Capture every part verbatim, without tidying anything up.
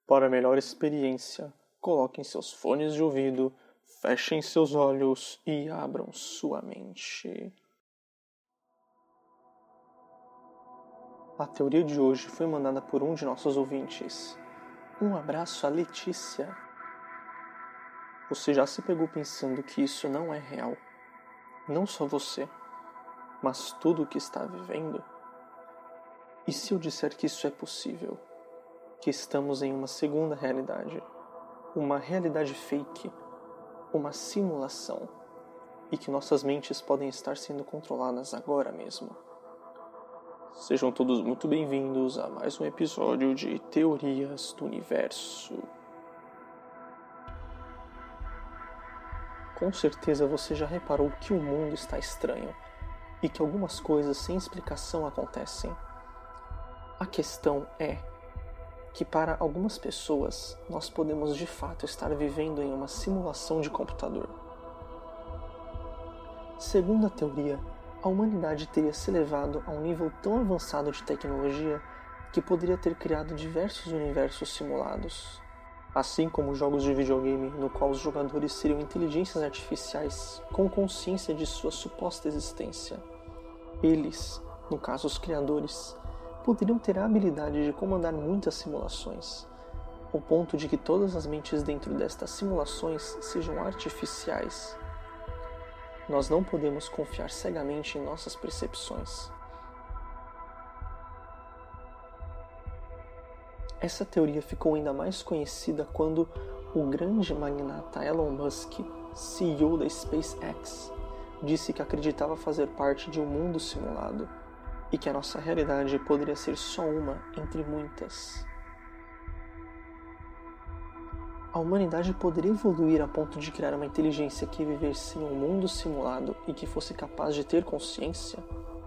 Para melhor experiência, coloquem seus fones de ouvido, fechem seus olhos e abram sua mente. A teoria de hoje foi mandada por um de nossos ouvintes. Um abraço a Letícia. Você já se pegou pensando que isso não é real? Não só você, mas tudo o que está vivendo? E se eu disser que isso é possível? Que estamos em uma segunda realidade, uma realidade fake, uma simulação, e que nossas mentes podem estar sendo controladas agora mesmo. Sejam todos muito bem-vindos a mais um episódio de Teorias do Universo. Com certeza você já reparou que o mundo está estranho e que algumas coisas sem explicação acontecem. A questão é que para algumas pessoas nós podemos de fato estar vivendo em uma simulação de computador. Segundo a teoria, a humanidade teria se elevado a um nível tão avançado de tecnologia que poderia ter criado diversos universos simulados. Assim como jogos de videogame no qual os jogadores seriam inteligências artificiais com consciência de sua suposta existência. Eles, no caso os criadores, poderiam ter a habilidade de comandar muitas simulações, ao ponto de que todas as mentes dentro destas simulações sejam artificiais. Nós não podemos confiar cegamente em nossas percepções. Essa teoria ficou ainda mais conhecida quando o grande magnata Elon Musk, C E O da SpaceX, disse que acreditava fazer parte de um mundo simulado e que a nossa realidade poderia ser só uma entre muitas. A humanidade poderia evoluir a ponto de criar uma inteligência que vivesse em um mundo simulado e que fosse capaz de ter consciência?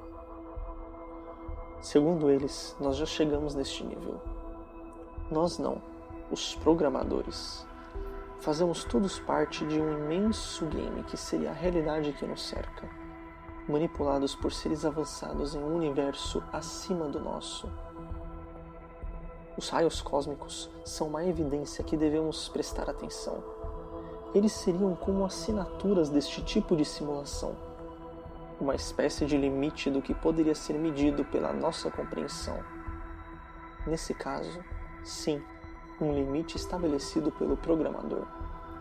Segundo eles, nós já chegamos neste nível. Nós não, os programadores. Fazemos todos parte de um imenso game que seria a realidade que nos cerca, manipulados por seres avançados em um universo acima do nosso. Os raios cósmicos são uma evidência que devemos prestar atenção. Eles seriam como assinaturas deste tipo de simulação, uma espécie de limite do que poderia ser medido pela nossa compreensão. Nesse caso, sim, um limite estabelecido pelo programador.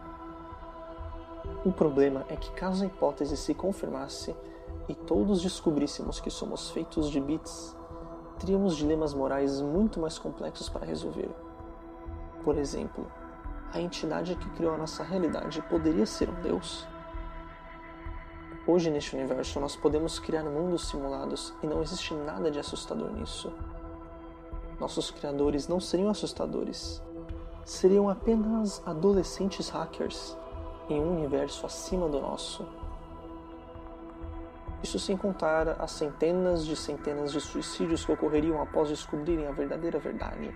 O problema é que caso a hipótese se confirmasse e todos descobríssemos que somos feitos de bits, teríamos dilemas morais muito mais complexos para resolver. Por exemplo, a entidade que criou a nossa realidade poderia ser um Deus? Hoje neste universo nós podemos criar mundos simulados e não existe nada de assustador nisso. Nossos criadores não seriam assustadores. Seriam apenas adolescentes hackers em um universo acima do nosso. Isso sem contar as centenas de centenas de suicídios que ocorreriam após descobrirem a verdadeira verdade.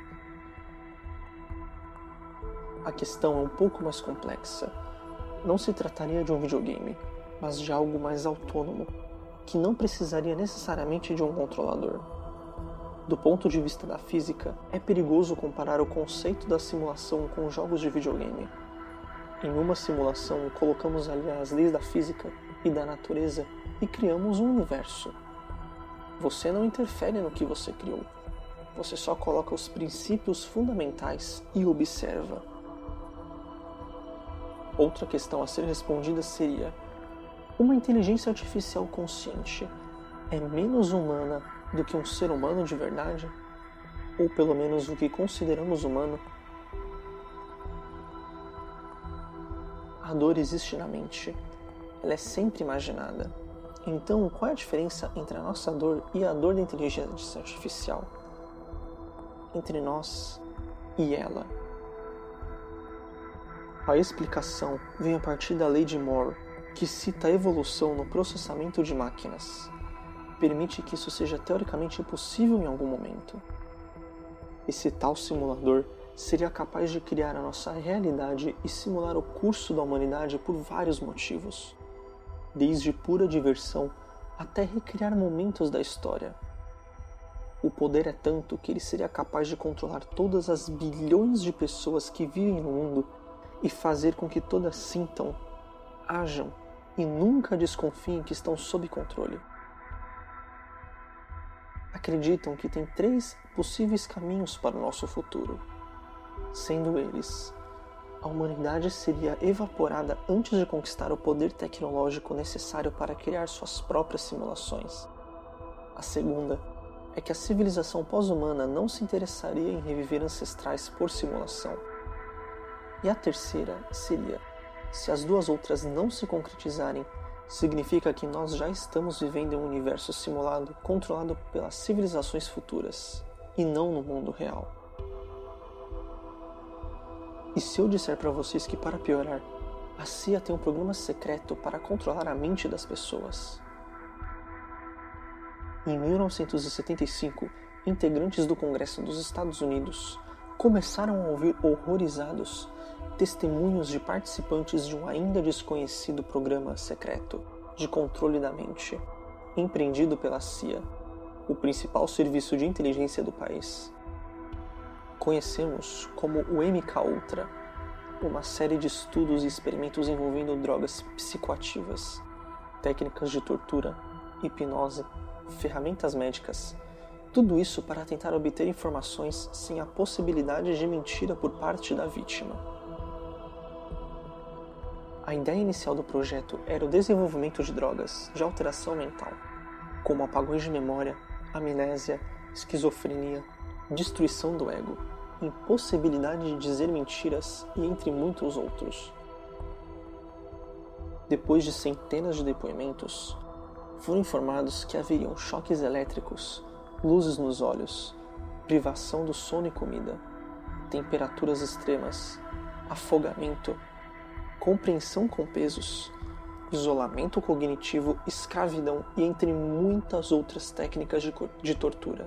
A questão é um pouco mais complexa. Não se trataria de um videogame, mas de algo mais autônomo, que não precisaria necessariamente de um controlador. Do ponto de vista da física, é perigoso comparar o conceito da simulação com jogos de videogame. Em uma simulação, colocamos ali as leis da física e da natureza e criamos um universo. Você não interfere no que você criou. Você só coloca os princípios fundamentais e observa. Outra questão a ser respondida seria: uma inteligência artificial consciente é menos humana do que um ser humano de verdade? Ou pelo menos o que consideramos humano? A dor existe na mente. Ela é sempre imaginada. Então, qual é a diferença entre a nossa dor e a dor da inteligência artificial? Entre nós e ela. A explicação vem a partir da lei de Moore, que cita a evolução no processamento de máquinas. Permite que isso seja teoricamente possível em algum momento. Esse tal simulador seria capaz de criar a nossa realidade e simular o curso da humanidade por vários motivos, desde pura diversão até recriar momentos da história. O poder é tanto que ele seria capaz de controlar todas as bilhões de pessoas que vivem no mundo e fazer com que todas sintam, ajam e nunca desconfiem que estão sob controle. Acreditam que tem três possíveis caminhos para o nosso futuro, sendo eles: a humanidade seria evaporada antes de conquistar o poder tecnológico necessário para criar suas próprias simulações. A segunda é que a civilização pós-humana não se interessaria em reviver ancestrais por simulação. E a terceira seria: se as duas outras não se concretizarem, significa que nós já estamos vivendo em um universo simulado controlado pelas civilizações futuras, e não no mundo real. E se eu disser para vocês que, para piorar, a C I A tem um programa secreto para controlar a mente das pessoas? Em mil novecentos e setenta e cinco, integrantes do Congresso dos Estados Unidos começaram a ouvir horrorizados testemunhos de participantes de um ainda desconhecido programa secreto de controle da mente, empreendido pela C I A, o principal serviço de inteligência do país. Conhecemos como o M K Ultra, uma série de estudos e experimentos envolvendo drogas psicoativas, técnicas de tortura, hipnose, ferramentas médicas, tudo isso para tentar obter informações sem a possibilidade de mentira por parte da vítima. A ideia inicial do projeto era o desenvolvimento de drogas de alteração mental, como apagões de memória, amnésia, esquizofrenia, destruição do ego, impossibilidade de dizer mentiras e entre muitos outros. Depois de centenas de depoimentos, foram informados que haveriam choques elétricos, luzes nos olhos, privação do sono e comida, temperaturas extremas, afogamento, compreensão com pesos, isolamento cognitivo, escravidão e entre muitas outras técnicas de, de tortura.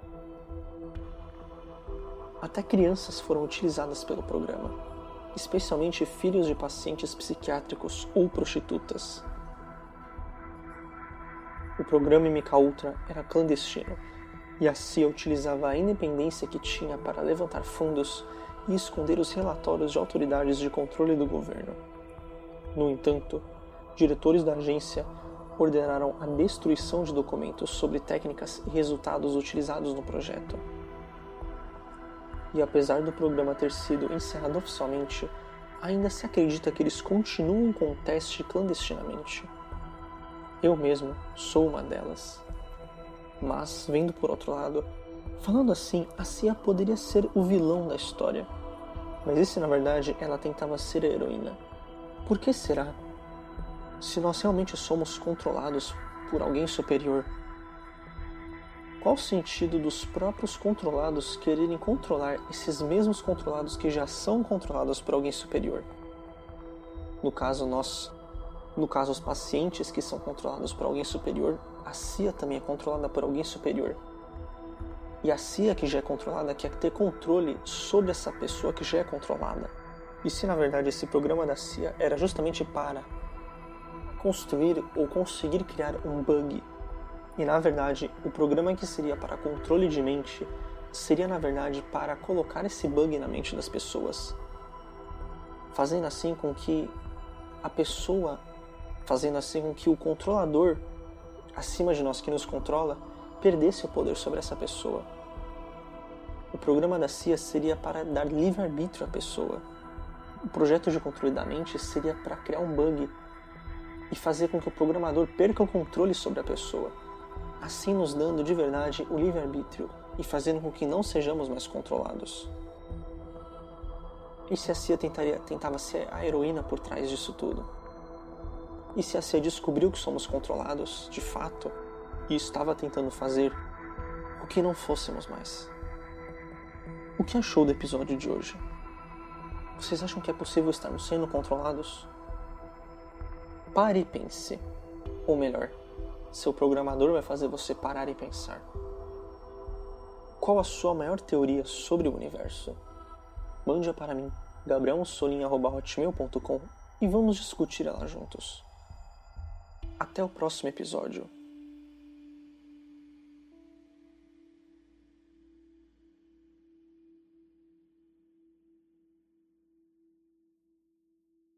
Até crianças foram utilizadas pelo programa, especialmente filhos de pacientes psiquiátricos ou prostitutas. O programa M K Ultra era clandestino e a C I A utilizava a independência que tinha para levantar fundos e esconder os relatórios de autoridades de controle do governo. No entanto, diretores da agência ordenaram a destruição de documentos sobre técnicas e resultados utilizados no projeto. E apesar do programa ter sido encerrado oficialmente, ainda se acredita que eles continuam com o teste clandestinamente. Eu mesmo sou uma delas. Mas, vendo por outro lado, falando assim, a C I A poderia ser o vilão da história. Mas e se na verdade ela tentava ser a heroína? Por que será? Se nós realmente somos controlados por alguém superior, qual o sentido dos próprios controlados quererem controlar esses mesmos controlados que já são controlados por alguém superior? No caso, nós... No caso, os pacientes que são controlados por alguém superior, a C I A também é controlada por alguém superior. E a C I A que já é controlada quer ter controle sobre essa pessoa que já é controlada. E se na verdade esse programa da C I A era justamente para construir ou conseguir criar um bug, e na verdade o programa que seria para controle de mente seria na verdade para colocar esse bug na mente das pessoas, fazendo assim com que a pessoa fazendo assim com que o controlador acima de nós que nos controla perdesse o poder sobre essa pessoa. O programa da C I A seria para dar livre-arbítrio à pessoa. O projeto de controle da mente seria para criar um bug e fazer com que o programador perca o controle sobre a pessoa, assim nos dando de verdade o livre-arbítrio e fazendo com que não sejamos mais controlados. E se a C I A tentaria, tentava ser a heroína por trás disso tudo? E se a C I A descobriu que somos controlados, de fato, e estava tentando fazer o que não fôssemos mais? O que achou do episódio de hoje? Vocês acham que é possível estarmos sendo controlados? Pare e pense. Ou melhor, seu programador vai fazer você parar e pensar. Qual a sua maior teoria sobre o universo? Mande-a para mim, gabriel mussolini arroba hotmail ponto com, e vamos discutir ela juntos. Até o próximo episódio.